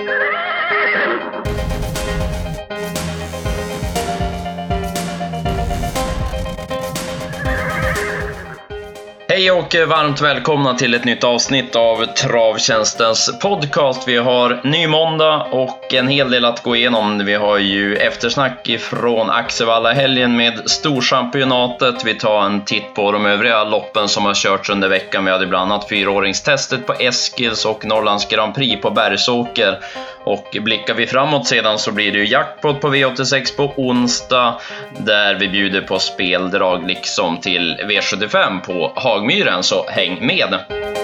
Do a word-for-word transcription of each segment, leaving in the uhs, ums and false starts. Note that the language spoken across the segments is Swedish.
Hej och varmt välkomna till ett nytt avsnitt av Travtjänstens podcast. Vi har ny måndag och en hel del att gå igenom. Vi har ju eftersnack ifrån Axevalla-helgen med storchampionatet. Vi tar en titt på de övriga loppen som har körts under veckan. Vi hade bland annat fyraåringstestet på Eskils och Norrlands Grand Prix på Bergsåker. Och blickar vi framåt sedan så blir det ju jackpot på V åttiosex på onsdag, där vi bjuder på speldrag liksom till V sjuttiofem på Hagmyren, så häng med!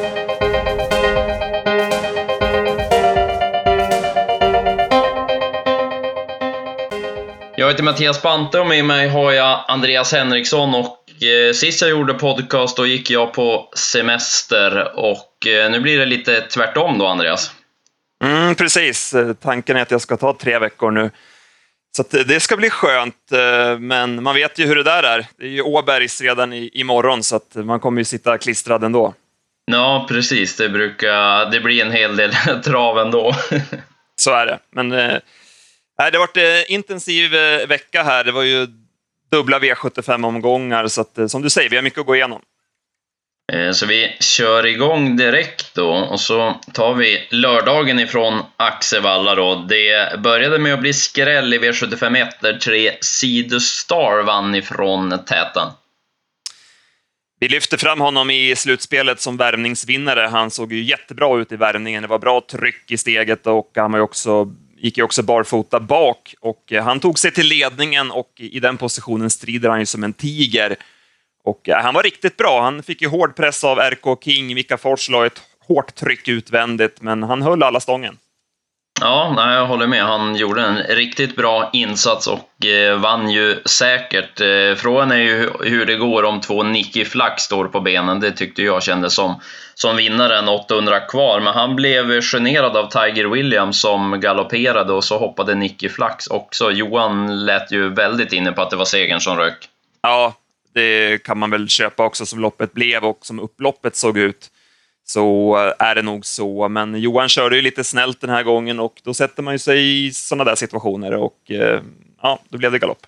Jag heter Mattias Bante och med mig har jag Andreas Henriksson, och eh, sist jag gjorde podcast då gick jag på semester, och eh, nu blir det lite tvärtom då, Andreas. Mm, precis. Tanken är att jag ska ta tre veckor nu. Så att det ska bli skönt, men man vet ju hur det där är. Det är ju Åbergs redan i, imorgon, så att man kommer ju sitta klistrad ändå. Ja, precis. Det brukar det blir en hel del trav ändå. Så är det. Men eh, det har varit en intensiv vecka här. Det var ju dubbla V sjuttiofem-omgångar, så att, som du säger, vi har mycket att gå igenom. Så vi kör igång direkt då, och så tar vi lördagen ifrån Axevalla då. Det började med att bli skräll i V sjuttiofem ett där tre Sidus Star vann ifrån täten. Vi lyfte fram honom i slutspelet som värvningsvinnare. Han såg ju jättebra ut i värvningen. Det var bra tryck i steget, och han var ju också, gick ju också barfota bak. Och han tog sig till ledningen, och i den positionen strider han ju som en tiger. Och ja, han var riktigt bra. Han fick ju hård press av R K King. Vika Fors la ett hårt tryck utvändigt, men han höll alla stången. Ja, nej, jag håller med. Han gjorde en riktigt bra insats och eh, vann ju säkert. Eh, frågan är ju hur det går om två Nicky Flax står på benen. Det tyckte jag kändes som, som vinnaren, åttahundra kvar. Men han blev generad av Tiger Williams som galopperade, och så hoppade Nicky Flax också. Johan lät ju väldigt inne på att det var segern som rök. Ja, det kan man väl köpa också, som loppet blev och som upploppet såg ut. Så är det nog så. Men Johan körde ju lite snällt den här gången, och då sätter man ju sig i sådana där situationer, och ja, då blev det galopp.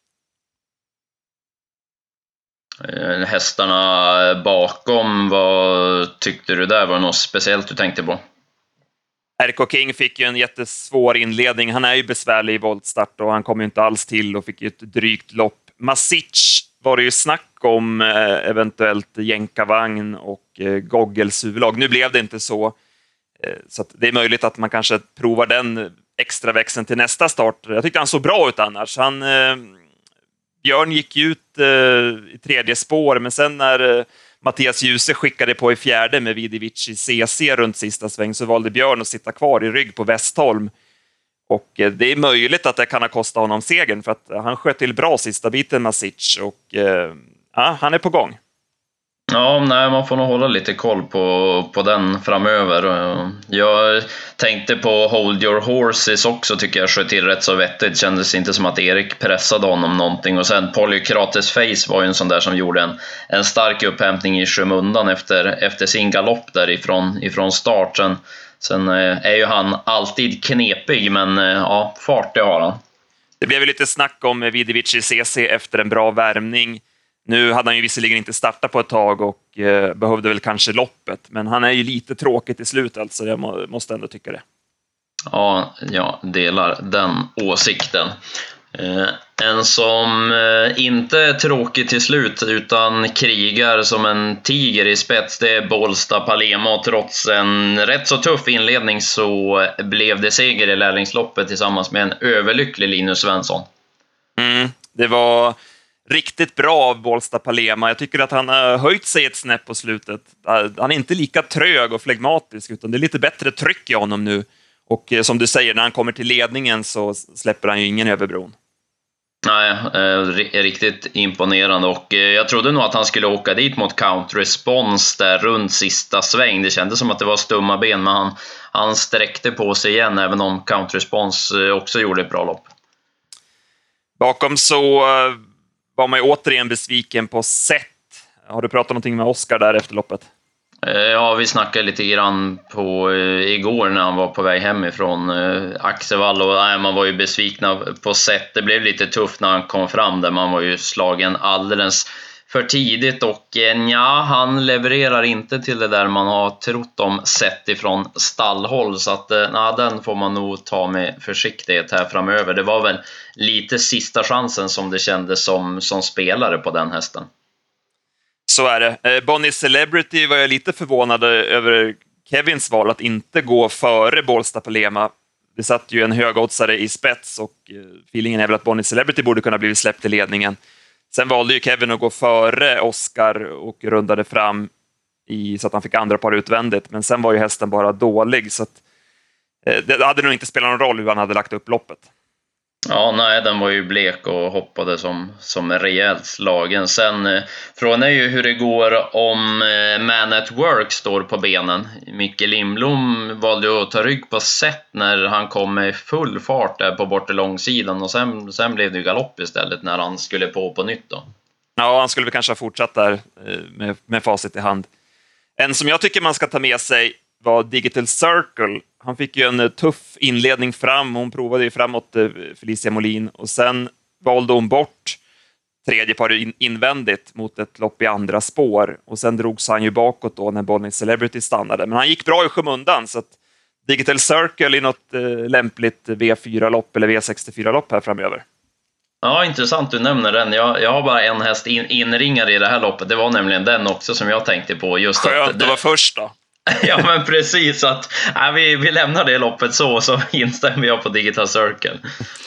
Hästarna bakom, vad tyckte du där? Var det något speciellt du tänkte på? R K King fick ju en jättesvår inledning. Han är ju besvärlig i voltstart, och han kom ju inte alls till och fick ju ett drygt lopp. Masic var det ju snack om eh, eventuellt jänkarvagn och eh, goggelsuvlag. Nu blev det inte så. Eh, så att det är möjligt att man kanske provar den extra växeln till nästa start. Jag tyckte han såg bra ut annars. Han, eh, Björn gick ut eh, i tredje spår, men sen när eh, Mattias Djuse skickade på i fjärde med Vidivici C C runt sista sväng, så valde Björn att sitta kvar i rygg på Westholm. Och det är möjligt att det kan ha kostat honom segern, för att han sköt till bra sista biten Masic, och eh, ja, han är på gång. Ja, nej, man får nog hålla lite koll på, på den framöver. Jag tänkte på Hold Your Horses också, tycker jag sköt till rätt så vettigt. Kändes inte som att Erik pressade honom någonting. Och sen Polykrates Face var ju en sån där som gjorde en, en stark upphämtning i skymundan efter, efter sin galopp därifrån ifrån start. Sen, sen är ju han alltid knepig, men ja, fart det har han. Det blev ju lite snack om Vidivici C C efter en bra värmning. Nu hade han ju visserligen inte startat på ett tag, och eh, behövde väl kanske loppet. Men han är ju lite tråkigt i slut, alltså. Jag må, måste ändå tycka det. Ja, jag delar den åsikten. Eh, en som eh, inte är tråkig till slut, utan krigar som en tiger i spets, det är Bålsta Palema. Trots en rätt så tuff inledning så blev det seger i lärlingsloppet tillsammans med en överlycklig Linus Svensson. Mm, det var riktigt bra av Bålsta Palema. Jag tycker att han har höjt sig ett snäpp på slutet. Han är inte lika trög och flegmatisk, utan det är lite bättre tryck i honom nu. Och som du säger, när han kommer till ledningen så släpper han ju ingen över bron. Nej, eh, riktigt imponerande, och eh, jag trodde nog att han skulle åka dit mot Count Response där runt sista sväng. Det kändes som att det var stumma ben, men han, han sträckte på sig igen, även om Count Response eh, också gjorde ett bra lopp. Bakom så eh, var man ju återigen besviken på Sett. Har du pratat någonting med Oskar där efter loppet? Ja, vi snackade lite grann på igår när han var på väg hemifrån Axevalla och nej, man var ju besvikna på sätt. Det blev lite tufft när han kom fram där. Man var ju slagen alldeles för tidigt och ja, han levererar inte till det där man har trott om sett ifrån stallhåll. Så att nej, den får man nog ta med försiktighet här framöver. Det var väl lite sista chansen som det kändes som, som spelare på den hästen. Så är det. Bonnie Celebrity var jag lite förvånad över Kevins val att inte gå före Bålsta på Lema. Det satt ju en högoddsare i spets och feelingen är väl att Bonnie Celebrity borde kunna bli släppt i ledningen. Sen valde ju Kevin att gå före Oscar och rundade fram i, så att han fick andra par utvändigt. Men sen var ju hästen bara dålig så att, eh, det hade nog inte spelat någon roll hur han hade lagt upp loppet. Ja, nej, den var ju blek och hoppade som, som en rejält slagen. Sen, eh, frågan är ju hur det går om eh, Man at Work står på benen. Micke Lindblom valde ju att ta rygg på set när han kom med full fart där på bortre långsidan. Och sen, sen blev det ju galopp istället när han skulle på på nytt då. Ja, han skulle väl kanske ha fortsatt där eh, med, med facit i hand. En som jag tycker man ska ta med sig var Digital Circle. Han fick ju en tuff inledning fram. Hon provade ju framåt Felicia Molin. Och sen valde hon bort tredje par invändigt mot ett lopp i andra spår. Och sen drogs han ju bakåt då när Bonnie Celebrity stannade. Men han gick bra i skymundan. Så att Digital Circle är något eh, lämpligt V fyra-lopp eller V sextiofyra-lopp här framöver. Ja, intressant du nämner den. Jag, jag har bara en häst in, inringad i det här loppet. Det var nämligen den också som jag tänkte på. Just Skönt, att det var först då. Ja, men precis att nej, vi, vi lämnar det loppet så så instämmer jag på Digital Circle.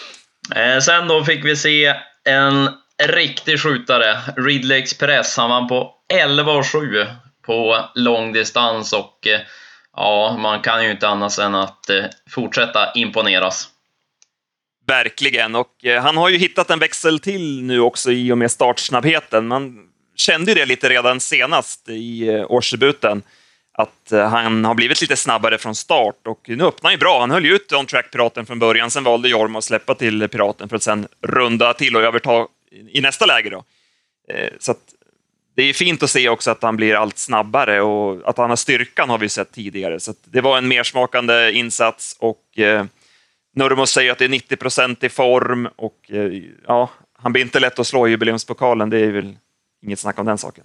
Eh, sen då fick vi se en riktig skjutare, Ridley Express. Han vann på elva och sju på långdistans och eh, ja, man kan ju inte annars än att eh, fortsätta imponeras. Verkligen, och eh, han har ju hittat en växel till nu också i och med startsnabbheten. Man kände ju det lite redan senast i eh, årsdebuten. Att han har blivit lite snabbare från start och nu öppnar han ju bra. Han höll ju ut On Track Piraten från början, sen valde Jorma att släppa till Piraten för att sen runda till och överta i nästa läge då. Så att det är fint att se också att han blir allt snabbare och att han har styrkan har vi sett tidigare. Så att det var en mersmakande insats och eh, Nurmo säger att det är nittio procent i form och eh, ja, han blir inte lätt att slå i jubileumspokalen, det är väl inget snack om den saken.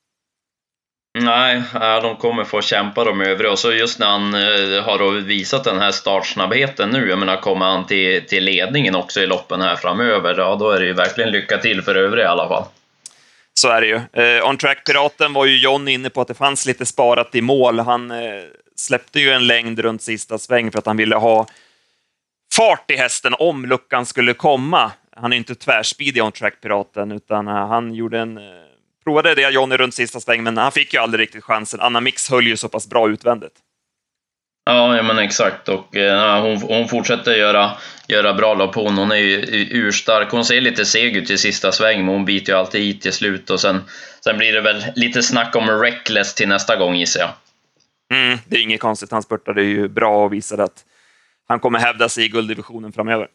Nej, de kommer få kämpa de övriga. Och så just när han har visat den här startsnabbheten nu, jag menar, kommer han till, till ledningen också i loppen här framöver, ja, då är det ju verkligen lycka till för övriga i alla fall. Så är det ju. Eh, On Track Piraten var ju John inne på att det fanns lite sparat i mål. Han eh, släppte ju en längd runt sista sväng för att han ville ha fart i hästen om luckan skulle komma. Han är inte tvärspeed i On Track Piraten utan eh, han gjorde en... Eh, provade det Johnny runt sista sväng, men han fick ju aldrig riktigt chansen. Anna Mix höll ju så pass bra utvändigt. Ja, ja men exakt. Och eh, hon, hon fortsätter göra, göra bra lopp. Hon, hon är ju urstark. Hon ser lite seg ut i sista sväng, men hon biter ju alltid i till slut. Och sen, sen blir det väl lite snack om Reckless till nästa gång, gissar jag. Mm, det är inget konstigt. Han spurtade ju bra och visade att han kommer hävda sig i gulddivisionen framöver.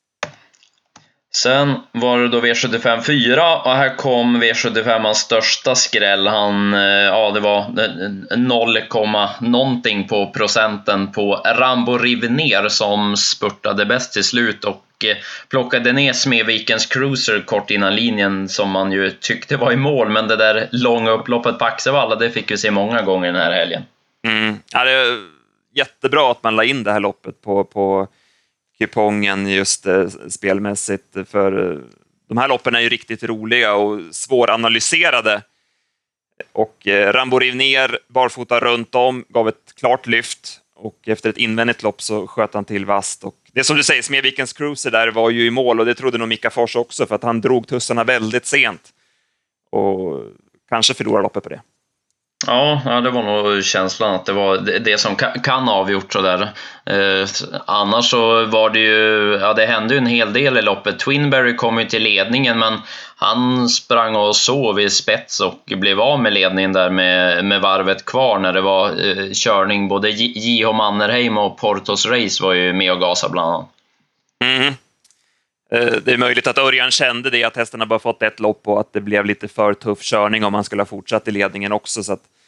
Sen var det då V sjuttiofem fyra och här kom V sjuttiofemans största skräll. Han, ja, det var noll, någonting på procenten på Rambo Rivner som spurtade bäst till slut och plockade ner Smedvikens Cruiser kort innan linjen som man ju tyckte var i mål. Men det där långa upploppet på Axevalla, det fick vi se många gånger den här helgen. Mm. Ja, det är jättebra att man la in det här loppet på... på... kupongen just eh, spelmässigt, för eh, de här loppen är ju riktigt roliga och svåranalyserade och eh, Rambo riv ner barfota runt om, gav ett klart lyft och efter ett invändigt lopp så sköt han till vast och det som du säger, Smedvikens Cruiser där var ju i mål och det trodde nog Mika Fors också för att han drog tussarna väldigt sent och kanske förlorade loppet på det. Ja, ja, det var nog känslan att det var det, det som kan, kan avgjort så där. Eh, annars så var det ju, ja, det hände ju en hel del i loppet. Twinberry kom ju till ledningen, men han sprang och sov i spets och blev av med ledningen där med, med varvet kvar när det var eh, körning. Både J H Mannerheim och Portos Race var ju med och gasa bland annat. Mm. Det är möjligt att Örjan kände det, att hästarna bara fått ett lopp och att det blev lite för tuff körning om man skulle ha fortsatt i ledningen också. Så att,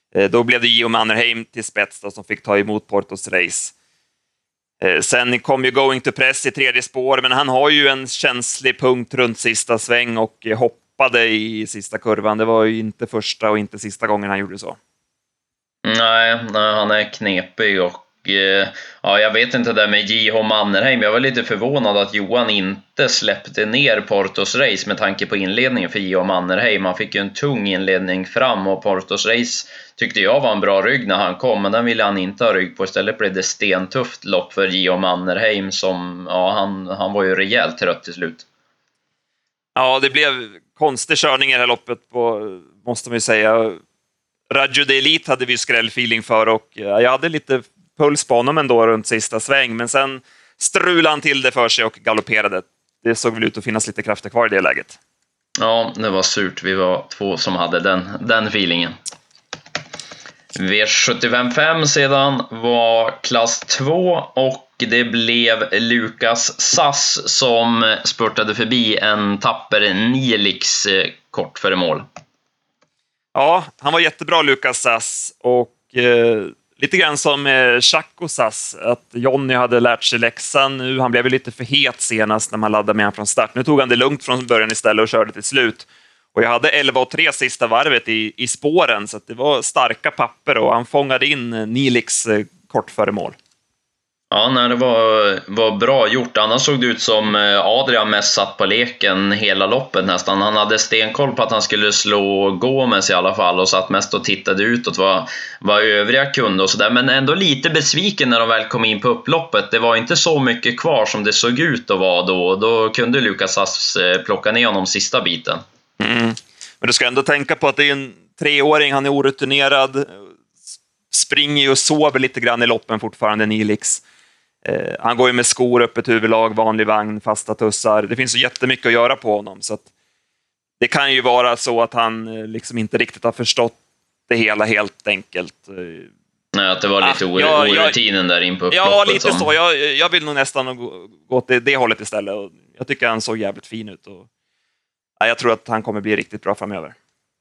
Då blev det Gio Mannerheim till spets då, som fick ta emot Portos race. Sen kom ju Going to Press i tredje spår, men han har ju en känslig punkt runt sista sväng och hoppade i sista kurvan. Det var ju inte första och inte sista gången han gjorde så. Nej, nej han är knepig och ja, jag vet inte det med J H Mannerheim. Jag var lite förvånad att Johan inte släppte ner Portos race med tanke på inledningen för J H Mannerheim. Han fick ju en tung inledning fram och Portos race tyckte jag var en bra rygg när han kom, men den ville han inte ha rygg på. Istället blev det stentufft lopp för J H Mannerheim som, ja, han, han var ju rejält trött till slut. Ja, det blev konstig körning i det här loppet på, måste man ju säga. Raggio de Elite hade vi skrällfeeling för och jag hade lite puls på honom ändå runt sista sväng, men sen strulade han till det för sig och galopperade. Det såg väl ut att finnas lite krafter kvar i det läget. Ja, det var surt. Vi var två som hade den, den feelingen. V sjuttiofem fem sedan var klass två och det blev Lukas Sass som spurtade förbi en tapper Nilix kort före mål. Ja, han var jättebra Lukas Sass och eh, lite grann som eh, Chaco Sass, att Johnny hade lärt sig läxan nu. Han blev ju lite för het senast när man laddade med han från start. Nu tog han det lugnt från början istället och körde till slut. Och jag hade elva och tre sista varvet i, i spåren, så att det var starka papper och han fångade in Nilix eh, kort före mål. Ja, nej, det var, var bra gjort. Annars såg det ut som Adrian mest satt på leken hela loppet nästan. Han hade stenkoll på att han skulle slå Gomes i alla fall och satt mest och tittade utåt vad, vad övriga kunde och sådär. Men ändå lite besviken när de väl kom in på upploppet. Det var inte så mycket kvar som det såg ut att vara då. Då kunde Lukas Sass plocka ner honom sista biten. Mm. Men du ska ändå tänka på att det är en treåring, han är orutinerad, springer ju och sover lite grann i loppen fortfarande, Nilix. Eh, han går ju med skor, öppet huvudlag, vanlig vagn, fasta tussar. Det finns så jättemycket att göra på honom, så att det kan ju vara så att han eh, liksom inte riktigt har förstått det hela helt enkelt. Nej, att det var lite ah, ja, orutinen där in på upploppet. Ja, lite som. så. Jag, jag vill nog nästan gå, gå åt det, det hållet istället. Och jag tycker han såg jävligt fin ut. Och, ja, jag tror att han kommer bli riktigt bra framöver.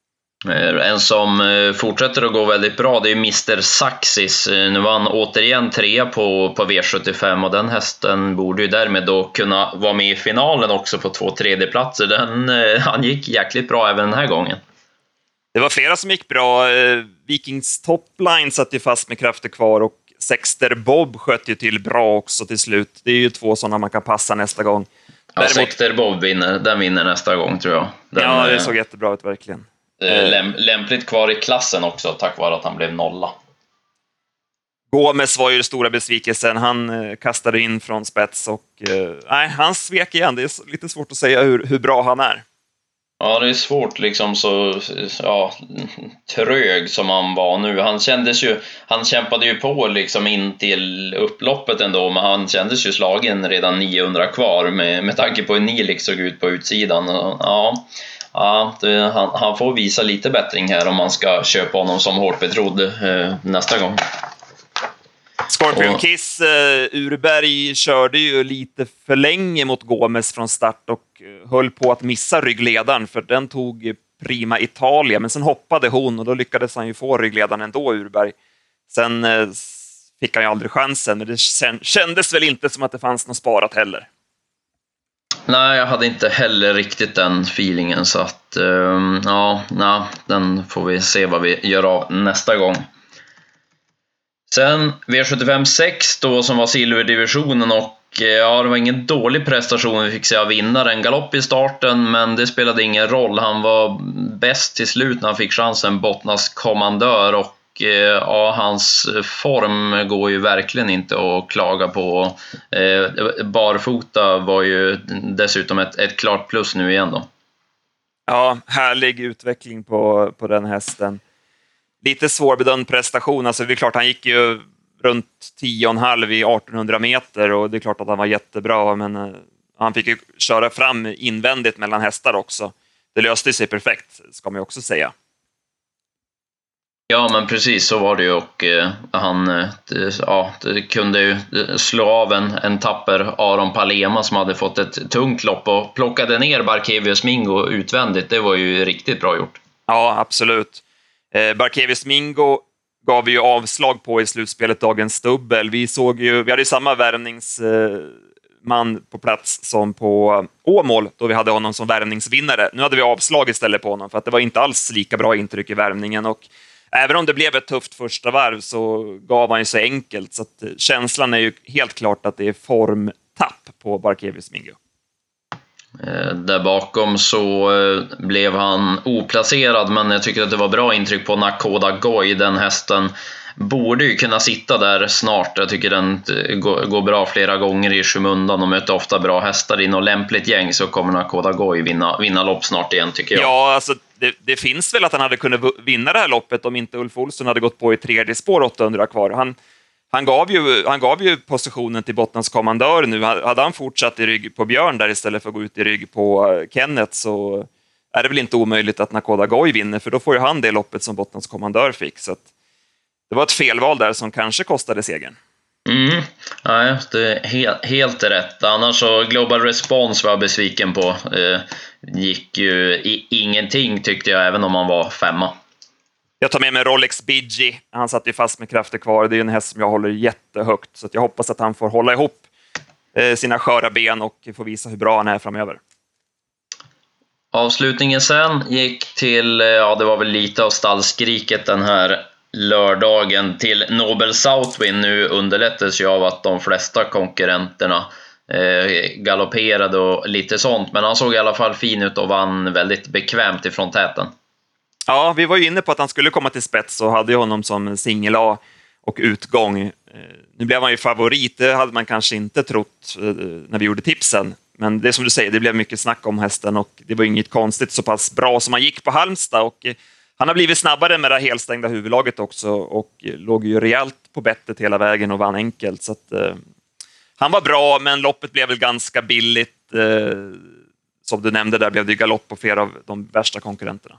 En som fortsätter att gå väldigt bra, det är mister Saxis. Nu var han återigen trea på, på V sjuttiofem och den hästen borde ju därmed då kunna vara med i finalen också på två tredjeplatser. Den, han gick jäkligt bra även den här gången. Det var flera som gick bra. Vikings Topline satt ju fast med krafter kvar och Sexter Bob sköt ju till bra också till slut. Det är ju två sådana man kan passa nästa gång. Ja, Däremot... Sexter Bob vinner, den vinner nästa gång tror jag. Den, ja, det såg jättebra ut verkligen. Läm- lämpligt kvar i klassen också tack vare att han blev nolla. Gomes var ju den stora besvikelsen. Han eh, kastade in från spets och eh, nej, han svek igen. Det är lite svårt att säga hur, hur bra han är. Ja, det är svårt liksom så ja, trög som han var nu. Han kändes ju, han kämpade ju på liksom in till upploppet ändå, men han kändes ju slagen redan niohundra kvar med, med tanke på hur Nilix såg ut på utsidan. Och, ja, ja det, han, han får visa lite bättring här om man ska köpa honom som hårt betrodd eh, nästa gång. Scorpion och... Kiss uh, Urberg körde ju lite för länge mot Gomes från start och uh, höll på att missa ryggledaren för den tog prima Italia, men sen hoppade hon och då lyckades han ju få ryggledaren ändå, Urberg. Sen uh, fick han ju aldrig chansen, men det kändes väl inte som att det fanns något sparat heller. Nej, jag hade inte heller riktigt den feelingen så att uh, ja, nej, den får vi se vad vi gör av nästa gång. Sen V sjuttiofem sex då som var silverdivisionen och ja, det var ingen dålig prestation vi fick se av vinnaren. Galopp i starten, men det spelade ingen roll. Han var bäst till slut när han fick chansen, Bottnas kommandör, och ja, hans form går ju verkligen inte att klaga på. Eh, barfota var ju dessutom ett, ett klart plus nu igen då. Ja, härlig utveckling på, på den hästen. Lite svårbedömd prestation, alltså det är klart han gick ju runt tio och en halv i artonhundra meter och det är klart att han var jättebra, men uh, han fick ju köra fram invändigt mellan hästar också. Det löste sig perfekt, ska man ju också säga. Ja, men precis så var det ju och eh, han eh, det, ja, det kunde ju slå av en, en tapper Aron Palema som hade fått ett tungt lopp och plockade ner Barkevius Mingo utvändigt. Det var ju riktigt bra gjort. Ja, absolut. Eh, Barkevius Mingo gav vi ju avslag på i slutspelet dagens dubbel. Vi såg ju, vi hade ju samma värvningsman eh, på plats som på Åmål, då vi hade honom som värvningsvinnare. Nu hade vi avslag istället på honom för att det var inte alls lika bra intryck i värvningen, och även om det blev ett tufft första varv så gav han ju så enkelt, så att känslan är ju helt klart att det är formtapp på Barkevius Mingo. Där bakom så blev han oplacerad, men jag tycker att det var bra intryck på Nakoda Goi. Den hästen borde ju kunna sitta där snart. Jag tycker den går bra flera gånger i skymundan och möter ofta bra hästar i något lämpligt gäng, så kommer Nakoda Goi vinna, vinna lopp snart igen, tycker jag. Ja, alltså det, det finns väl att han hade kunnat vinna det här loppet om inte Ulf Olsson hade gått på i tredje spår åttahundra kvar. Han Han gav, ju, han gav ju positionen till Bottnans kommandör nu. Hade han fortsatt i rygg på Björn där istället för att gå ut i rygg på Kenneth, så är det väl inte omöjligt att Nakoda Goi vinner, för då får ju han det loppet som Bottnans kommandör fick. Så att det var ett felval där som kanske kostade segern. Mm, nej, det är helt, helt rätt. Annars så Global Response var jag besviken på. Eh, gick ju i, ingenting tyckte jag, även om han var femma. Jag tar med mig Rolex Bidji. Han satt ju fast med krafter kvar. Det är en häst som jag håller jättehögt. Så att jag hoppas att han får hålla ihop eh, sina sköra ben och får visa hur bra han är framöver. Avslutningen sen gick till, ja det var väl lite av stallskriket den här lördagen, till Nobel Southwind. Nu underlättas ju av att de flesta konkurrenterna eh, galopperade och lite sånt. Men han såg i alla fall fin ut och vann väldigt bekvämt ifrån täten. Ja, vi var ju inne på att han skulle komma till spets och hade ju honom som singel A och utgång. Nu blev han ju favorit, det hade man kanske inte trott när vi gjorde tipsen. Men det är som du säger, det blev mycket snack om hästen och det var inget konstigt, så pass bra som han gick på Halmstad. Och han har blivit snabbare med det helstängda huvudlaget också och låg ju rejält på bettet hela vägen och vann enkelt. Så att, eh, han var bra, men loppet blev väl ganska billigt. Eh, som du nämnde, där blev det galopp på flera av de värsta konkurrenterna.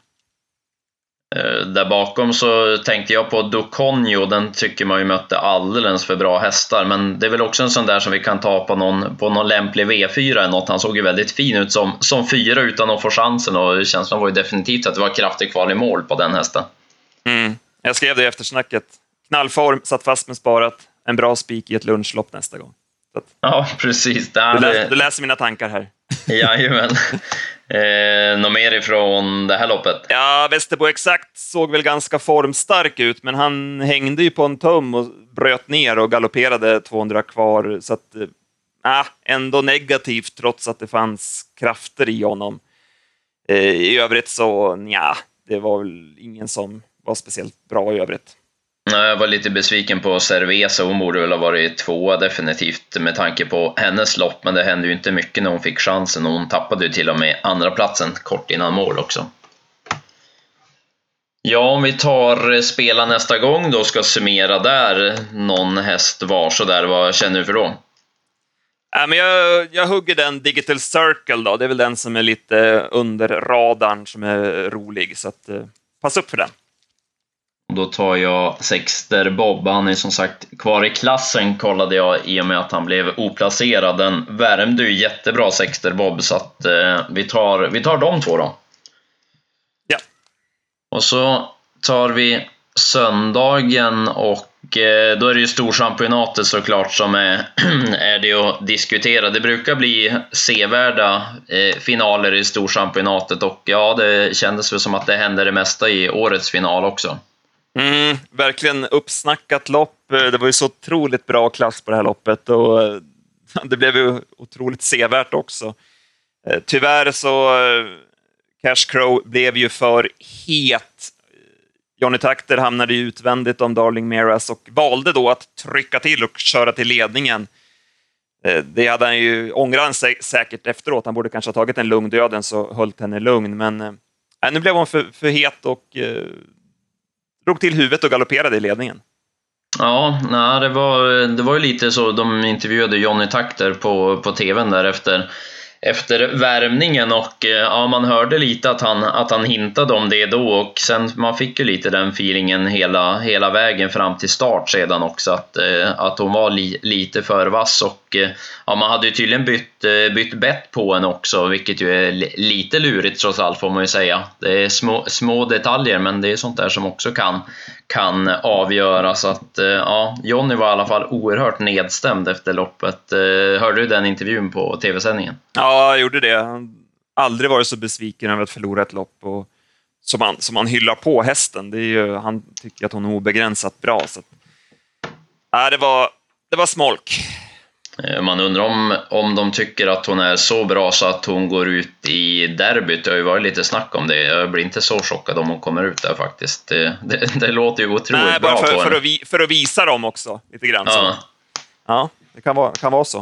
Där bakom så tänkte jag på Duconio. Den tycker man ju mötte alldeles för bra hästar, men det är väl också en sån där som vi kan ta på någon, på någon lämplig V fyra eller något. Han såg ju väldigt fin ut som, som fyra utan att få chansen, och känslan var ju definitivt att det var kraftigt kvar i mål på den hästen. Mm. Jag skrev det i eftersnacket. Knallform, satt fast med sparat. En bra spik i ett lunchlopp nästa gång. Så att, ja, precis. Det du, läs, du läser mina tankar här. Jajamän. Eh, något mer ifrån det här loppet? Ja, Västerbo Exakt såg väl ganska formstark ut, men han hängde ju på en tum och bröt ner och galopperade tvåhundra kvar, så att äh, ändå negativt trots att det fanns krafter i honom. Eh, I övrigt så ja, det var väl ingen som var speciellt bra i övrigt. Jag var lite besviken på Cerveza. Hon borde väl ha varit tvåa definitivt med tanke på hennes lopp, men det hände ju inte mycket när hon fick chansen, och hon tappade ju till och med andra platsen kort innan mål också. Ja, om vi tar spela nästa gång då, ska summera där någon häst var så där, vad känner du för då? Ja, men jag, jag hugger den Digital Circle då. Det är väl den som är lite under radarn som är rolig, så att eh, pass upp för den. Då tar jag Sexter Bob. Han är som sagt kvar i klassen, kollade jag, i och med att han blev oplacerad. Den värmde ju jättebra, Sexter Bob, så att eh, vi, tar, vi tar de två då. Ja. Och så tar vi söndagen, och eh, då är det ju storchampionatet såklart som är, är det att diskutera. Det brukar bli sevärda eh, finaler i storchampionatet, och ja, det kändes väl som att det hände det mesta i årets final också. Mm, verkligen uppsnackat lopp. Det var ju så otroligt bra klass på det här loppet, och det blev ju otroligt sevärt också. Tyvärr så Cash Crow blev ju för het. Johnny Takter hamnade ju utvändigt om Darling Meras och valde då att trycka till och köra till ledningen. Det hade han ju ångrat sä- säkert efteråt. Han borde kanske ha tagit en lugn döden, så höll henne lugn. Men äh, nu blev hon för, för het och äh, drog till huvudet och galopperade i ledningen. Ja, nej, det, var, det var ju lite så. De intervjuade Johnny Takter på, på tvn där efter, efter värmningen, och ja, man hörde lite att han, att han hintade om det då, och sen man fick ju lite den feelingen hela, hela vägen fram till start sedan också, att, att hon var li, lite för vass, och och ja, man hade ju tydligen bytt, bytt bett på en också, vilket ju är lite lurigt trots allt får man ju säga. Det är små, små detaljer, men det är sånt där som också kan, kan avgöra. Så att ja, Johnny var i alla fall oerhört nedstämd efter loppet. Hörde du den intervjun på tv-sändningen? Ja, jag gjorde det. Han aldrig varit så besviken över att förlora ett lopp och som han, som han hyllar på hästen. Det är ju, han tycker att hon är obegränsat bra. Så att, ja, det var, det var smolk. Man undrar om, om de tycker att hon är så bra så att hon går ut i derbyt. Det har ju varit lite snack om det. Jag blir inte så chockad om hon kommer ut där faktiskt. Det, det, det låter ju otroligt Nej, bra bara för, på för, henne. att vi, för att visa dem också lite grann. Ja. Så. Ja, det kan vara, kan vara så.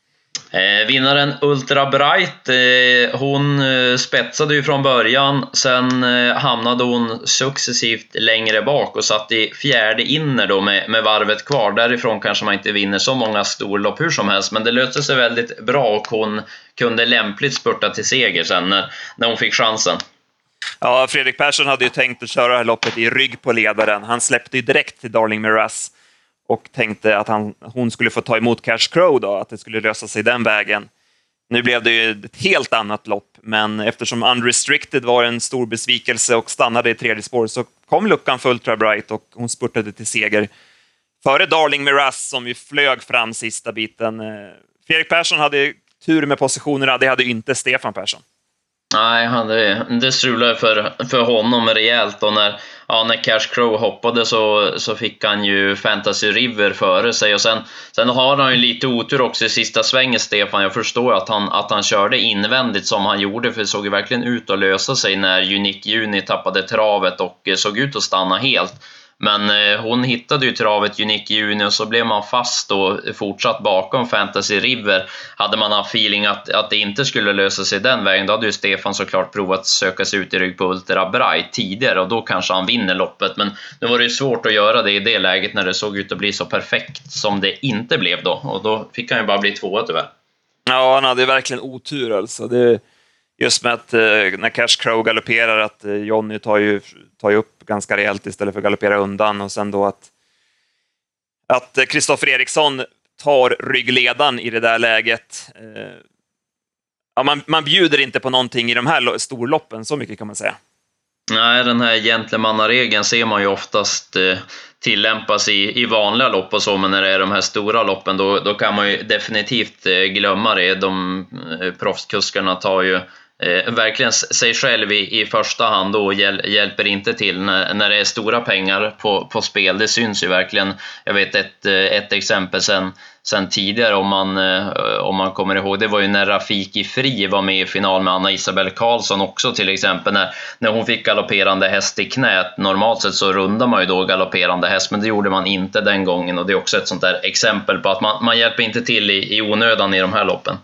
Eh, vinnaren Ultra Bright, eh, hon eh, spetsade ju från början, sen eh, hamnade hon successivt längre bak och satt i fjärde inner då med, med varvet kvar. Därifrån kanske man inte vinner så många storlopp hur som helst, men det löste sig väldigt bra och hon kunde lämpligt spurta till seger sen när, när hon fick chansen. Ja, Fredrik Persson hade ju tänkt att köra det här loppet i rygg på ledaren. Han släppte ju direkt till Darling Miraz och tänkte att han, hon skulle få ta emot Cash Crow då, att det skulle lösa sig den vägen. Nu blev det ju ett helt annat lopp, men eftersom Unrestricted var en stor besvikelse och stannade i tredje spår så kom luckan för Ultra Bright och hon spurtade till seger före Darling Miraz som ju flög fram sista biten. Fredrik Persson hade tur med positionerna, det hade inte Stefan Persson. Nej, han, det, det strulade för, för honom rejält och när, ja, när Cash Crow hoppade så, så fick han ju Fantasy River före sig och sen, sen har han ju lite otur också i sista svängen, Stefan. Jag förstår att han, att han körde invändigt som han gjorde, för det såg ju verkligen ut att lösa sig när Unique Juni tappade travet och såg ut att stanna helt. Men eh, hon hittade ju travet Unique Juni och så blev man fast och fortsatt bakom Fantasy River. Hade man haft feeling att, att det inte skulle lösa sig den vägen, då hade ju Stefan såklart provat att söka sig ut i rygg på Ultra Bright tidigare och då kanske han vinner loppet. Men nu var det ju svårt att göra det i det läget när det såg ut att bli så perfekt som det inte blev då. Och då fick han ju bara bli tvåa tyvärr. Ja, han hade verkligen otur alltså. Det, just med att eh, när Cash Crow galopperar att eh, Johnny tar ju, tar ju upp ganska rejält istället för att galoppera undan och sen då att att Kristoffer Eriksson tar ryggledan i det där läget. Eh, ja, man, man bjuder inte på någonting i de här storloppen, så mycket kan man säga. Nej, den här gentlemannaregeln ser man ju oftast eh, tillämpas i, i vanliga lopp och så, men när det är de här stora loppen då, då kan man ju definitivt eh, glömma det. De eh, proffskuskarna tar ju eh, verkligen sig själv i, i första hand och hjäl, hjälper inte till när, när det är stora pengar på, på spel. Det syns ju verkligen. Jag vet ett, ett exempel sen Sen tidigare om man, om man kommer ihåg, det var ju när Rafiki Fri var med i final med Anna Isabel Karlsson också till exempel, när, när hon fick galopperande häst i knät. Normalt sett så rundar man ju då galopperande häst, men det gjorde man inte den gången och det är också ett sånt där exempel på att man, man hjälper inte till i, i onödan i de här loppen.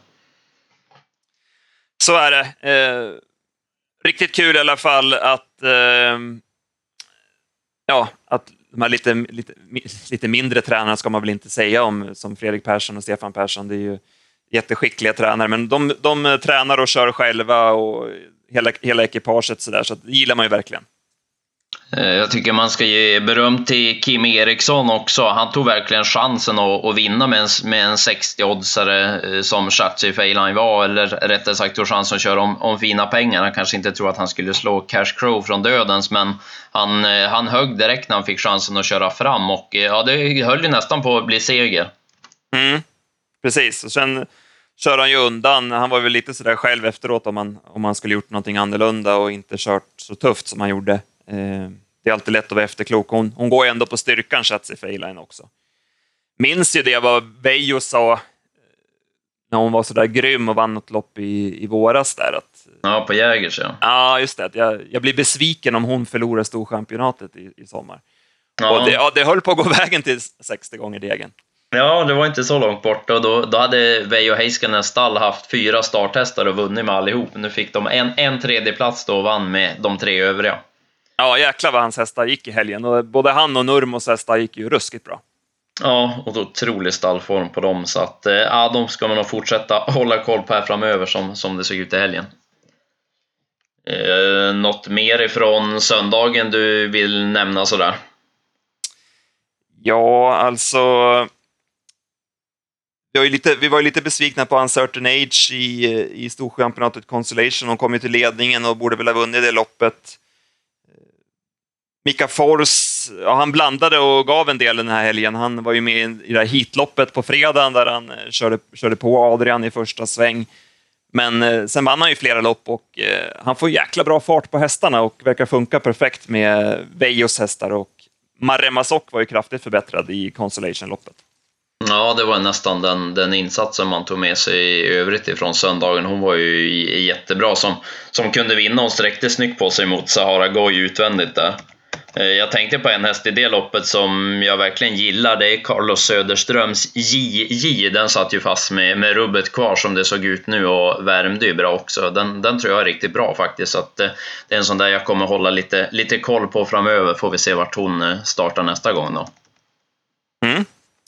Så är det. Eh, riktigt kul i alla fall att eh, ja, att de här lite, lite, lite mindre tränarna ska man väl inte säga om, som Fredrik Persson och Stefan Persson. Det är ju jätteskickliga tränare, men de, de tränar och kör själva och hela, hela ekipaget så där, så det gillar man ju verkligen. Jag tycker man ska ge beröm till Kim Eriksson också. Han tog verkligen chansen att, att vinna med en, med en sextio-oddsare som Chatsy Feyline var, eller rättare sagt tog chansen att köra om, om fina pengar. Han kanske inte tror att han skulle slå Cash Crow från dödens, men han, han högg direkt när han fick chansen att köra fram och ja, det höll ju nästan på att bli seger. Mm, precis, och sen kör han ju undan. Han var väl lite sådär själv efteråt om man, om man skulle gjort någonting annorlunda och inte kört så tufft som han gjorde. Det är alltid lätt att vara efterklok. Hon, hon går ändå på styrkan, Chatsy Feyline också. Minns ju det vad Veijo sa när hon var så där grym och vann något lopp i, i våras där. Att, ja, på Jägers, ja. Ja, just det. Jag, jag blir besviken om hon förlorar storchampionatet i, i sommar. Ja. Och det, ja, det höll på att gå vägen till sextio gånger degen. Ja, det var inte så långt bort och då, då hade Veijo Heiskanen stall haft fyra starthästar och vunnit med allihop. Nu fick de en, en tredje plats då och vann med de tre övriga. Ja, jäklar vad hans hästar gick i helgen. Och både han och Nurmos hästar gick ju ruskigt bra. Ja, och då otrolig stallform på dem. Så att, ja, de ska man nog fortsätta hålla koll på här framöver som, som det såg ut i helgen. Eh, något mer ifrån söndagen du vill nämna sådär? Ja, alltså... vi, var ju lite, vi var ju lite besvikna på Uncertain Age i, i Storchampionatet Consolation. De kom ju till ledningen och borde väl ha vunnit det loppet. Mika Fors, ja, han blandade och gav en del den här helgen. Han var ju med i det här heatloppet på fredagen där han körde, körde på Adrian i första sväng. Men eh, sen vann han ju flera lopp och eh, han får jäkla bra fart på hästarna och verkar funka perfekt med Vejos hästar, och Maremasok var ju kraftigt förbättrad i Consolation-loppet. Ja, det var nästan den, den insatsen man tog med sig i övrigt ifrån söndagen. Hon var ju jättebra som, som kunde vinna och sträckte snyggt på sig mot Sahara Goy utvändigt där. Jag tänkte på en häst i det loppet som jag verkligen gillar. Det är Carlos Söderströms J J. Den satt ju fast med, med rubbet kvar som det såg ut nu och värmde ju bra också. Den, den tror jag är riktigt bra faktiskt. Så att det är en sån där jag kommer hålla lite, lite koll på framöver. Får vi se vart hon startar nästa gång då. Mm.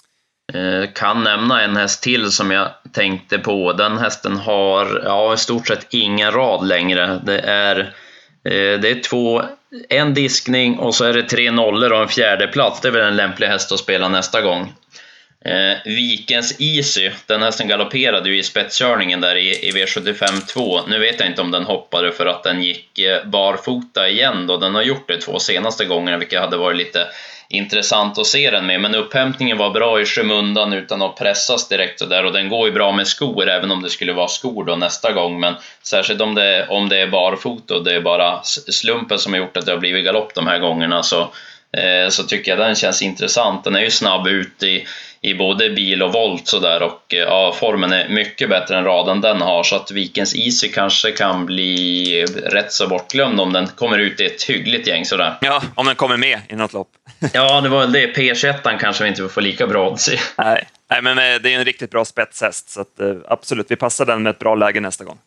Kan nämna en häst till som jag tänkte på. Den hästen har ja, i stort sett ingen rad längre. Det är, det är två... En diskning och så är det tre nollor och en fjärde plats. Det är väl en lämplig häst att spela nästa gång. Eh, Vikens Easy, den hästen galopperade ju i spetskörningen där i, i V sjuttiofem två. Nu vet jag inte om den hoppade för att den gick eh, barfota igen då. Den har gjort det två senaste gångerna, vilket hade varit lite intressant att se den med. Men upphämtningen var bra i skymundan utan att pressas direkt så där. Och den går ju bra med skor, även om det skulle vara skor då nästa gång. Men särskilt om det, om det är barfota och det är bara slumpen som har gjort att det har blivit galopp de här gångerna, så, eh, så tycker jag den känns intressant. Den är ju snabb ut i, i både bil och volt så där, och ja, formen är mycket bättre än raden den har, så att Vikens Easy kanske kan bli rätt så bortglömd om den kommer ut i ett hyggligt gäng så där. Ja, om den kommer med i något lopp. Ja, det var väl det. P tjugoett kanske vi inte får lika bra odds i. Nej. Nej, men det är en riktigt bra spetshäst, så att, absolut, vi passar den med ett bra läge nästa gång.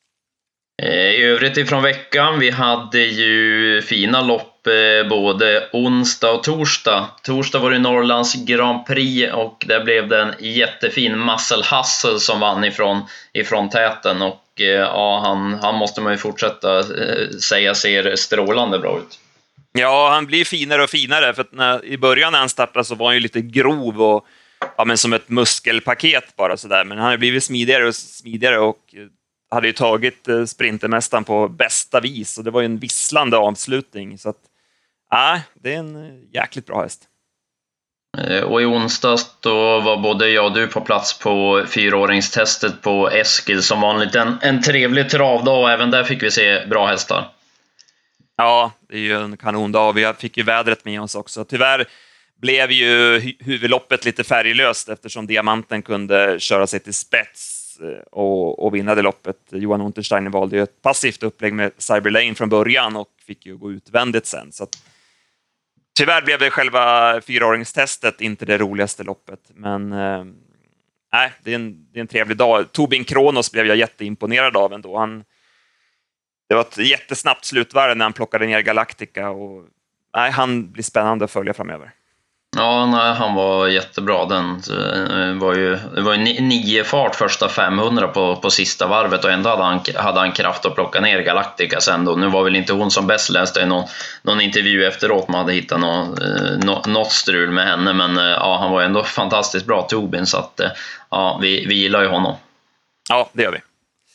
I övrigt ifrån veckan, vi hade ju fina lopp både onsdag och torsdag. Torsdag var det Norrlands Grand Prix och där blev det en jättefin Muscle Hustle som vann ifrån, ifrån täten. Och ja, han, han måste man ju fortsätta säga ser strålande bra ut. Ja, han blir finare och finare, för att när, i början när han startade så var han ju lite grov och ja, men som ett muskelpaket bara sådär. Men han har blivit smidigare och smidigare och hade ju tagit sprintermästaren på bästa vis, och det var ju en visslande avslutning, så att ja, det är en jäkligt bra häst. Och i onsdags då var både jag och du på plats på fyraåringstestet på Eskil, som vanligt en, en trevlig travdag, och även där fick vi se bra hästar. Ja, det är ju en kanondag. Vi fick ju vädret med oss också. Tyvärr blev ju huvudloppet lite färglöst eftersom Diamanten kunde köra sig till spets och, och vinna det loppet. Johan Untersteiner valde ju ett passivt upplägg med Cyberlane från början och fick ju gå utvändigt sen. Så att, tyvärr blev det själva fyraåringstestet inte det roligaste loppet. Men eh, nej, det är, en, det är en trevlig dag. Tobin Kronos blev jag jätteimponerad av ändå. Han Det var ett jättesnabbt slutvärde när han plockade ner Galactica, och nej, han blir spännande att följa framöver. Ja, nej, han var jättebra. Den var ju, det var ju nio fart första femhundra på, på sista varvet, och ändå hade han, hade han kraft att plocka ner Galactica sen då. Nu var väl inte hon som bäst, läste någon, någon intervju efteråt man hade hittat någon, något strul med henne, men ja, han var ändå fantastiskt bra, Tobin, så att ja, vi, vi gillar ju honom. Ja, det gör vi.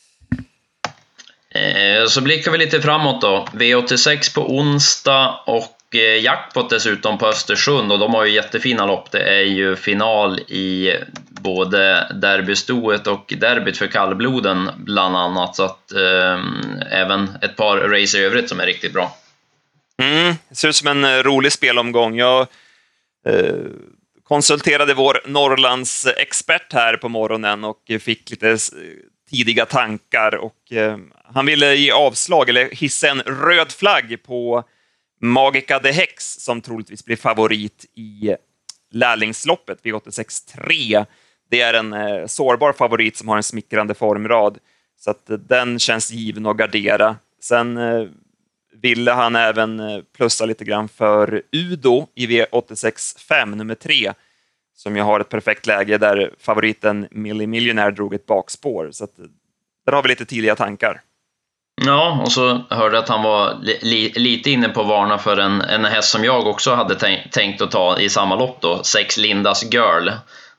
Så blickar vi lite framåt då. V åttiosex på onsdag och jackpot dessutom på Östersund, och de har ju jättefina lopp. Det är ju final i både derbystoet och derbyt för kallbloden bland annat, så att eh, även ett par race i övrigt som är riktigt bra. Mm, det ser ut som en rolig spelomgång. Jag eh, konsulterade vår Norrlands expert här på morgonen och fick lite tidiga tankar, och eh, han ville ge avslag eller hissa en röd flagg på Magica de Hex, som troligtvis blir favorit i lärlingsloppet V åttiosex tre. Det är en eh, sårbar favorit som har en smickrande formrad, så att eh, den känns given att gardera. Sen eh, ville han även eh, plussa lite grann för Udo i V åttiosex fem nummer tre, som jag har ett perfekt läge där favoriten Millie Millionaire drog ett bakspår. Så att, där har vi lite tidiga tankar. Ja, och så hörde jag att han var li- li- lite inne på att varna för en, en häst som jag också hade tänkt, tänkt att ta i samma lopp då, sex Lindas Girl.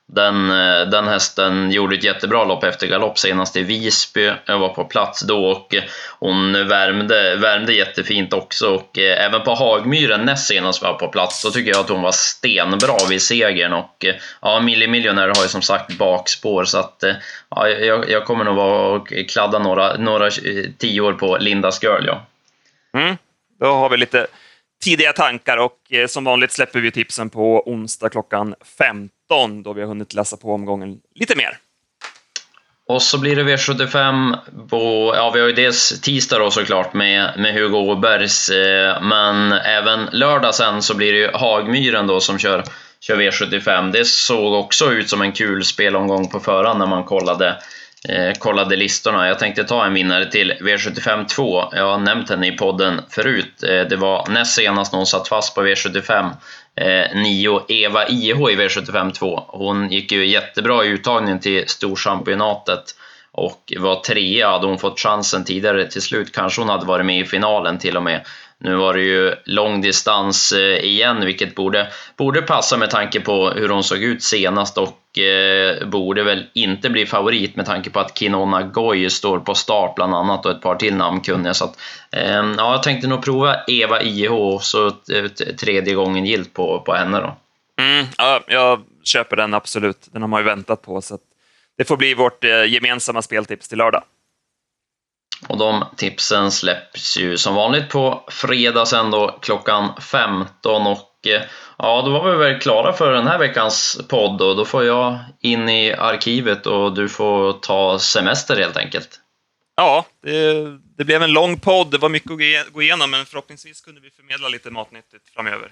Den, den hästen gjorde ett jättebra lopp efter galopp senast i Visby. Jag var på plats då och hon värmde, värmde jättefint också. Och även på Hagmyren näst senast var på plats, så tycker jag att hon var stenbra vid segern. Och ja, Milli Miljonär har ju som sagt bakspår, så att ja, jag, jag kommer nog vara och kladda några, några tio år på Lindas Girl, ja. Mm, då har vi lite tidiga tankar och eh, som vanligt släpper vi tipsen på onsdag klockan femton då vi har hunnit läsa på omgången lite mer. Och så blir det V sjuttiofem på, ja vi har ju dels tisdag då såklart med, med Hugo Åbergs, eh, men även lördag sen så blir det ju Hagmyren då som kör, kör V sjuttiofem. Det såg också ut som en kul spelomgång på förhand när man kollade Eh, kollade listorna. Jag tänkte ta en vinnare till V sjuttiofem två. Jag har nämnt henne i podden förut. Eh, det var näst senast någon satt fast på V sjuttiofem. Eh, nio Eva I H i V sjuttiofem två. Hon gick ju jättebra i uttagningen till storchampionatet och var trea. Hade hon fått chansen tidigare till slut kanske hon hade varit med i finalen till och med. Nu var det ju lång distans igen, vilket borde, borde passa med tanke på hur hon såg ut senast och eh, borde väl inte bli favorit med tanke på att Kinona Goy står på start bland annat och ett par till namnkunniga. Så att, eh, ja, jag tänkte nog prova Eva I H så ett, tredje gången gilt på, på henne då. Mm, ja, jag köper den absolut. Den har man ju väntat på, så att det får bli vårt eh, gemensamma speltips till lördag. Och de tipsen släpps ju som vanligt på fredag sen då klockan femton. Och ja, då var vi väl klara för den här veckans podd och då får jag in i arkivet och du får ta semester helt enkelt. Ja, det, det blev en lång podd. Det var mycket att gå igenom, men förhoppningsvis kunde vi förmedla lite matnyttigt framöver.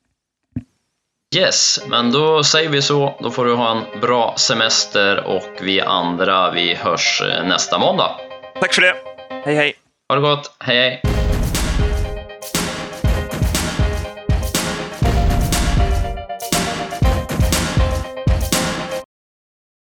Yes, men då säger vi så. Då får du ha en bra semester och vi andra, vi hörs nästa måndag. Tack för det. Hej hej. Ha det gott. Hej hej.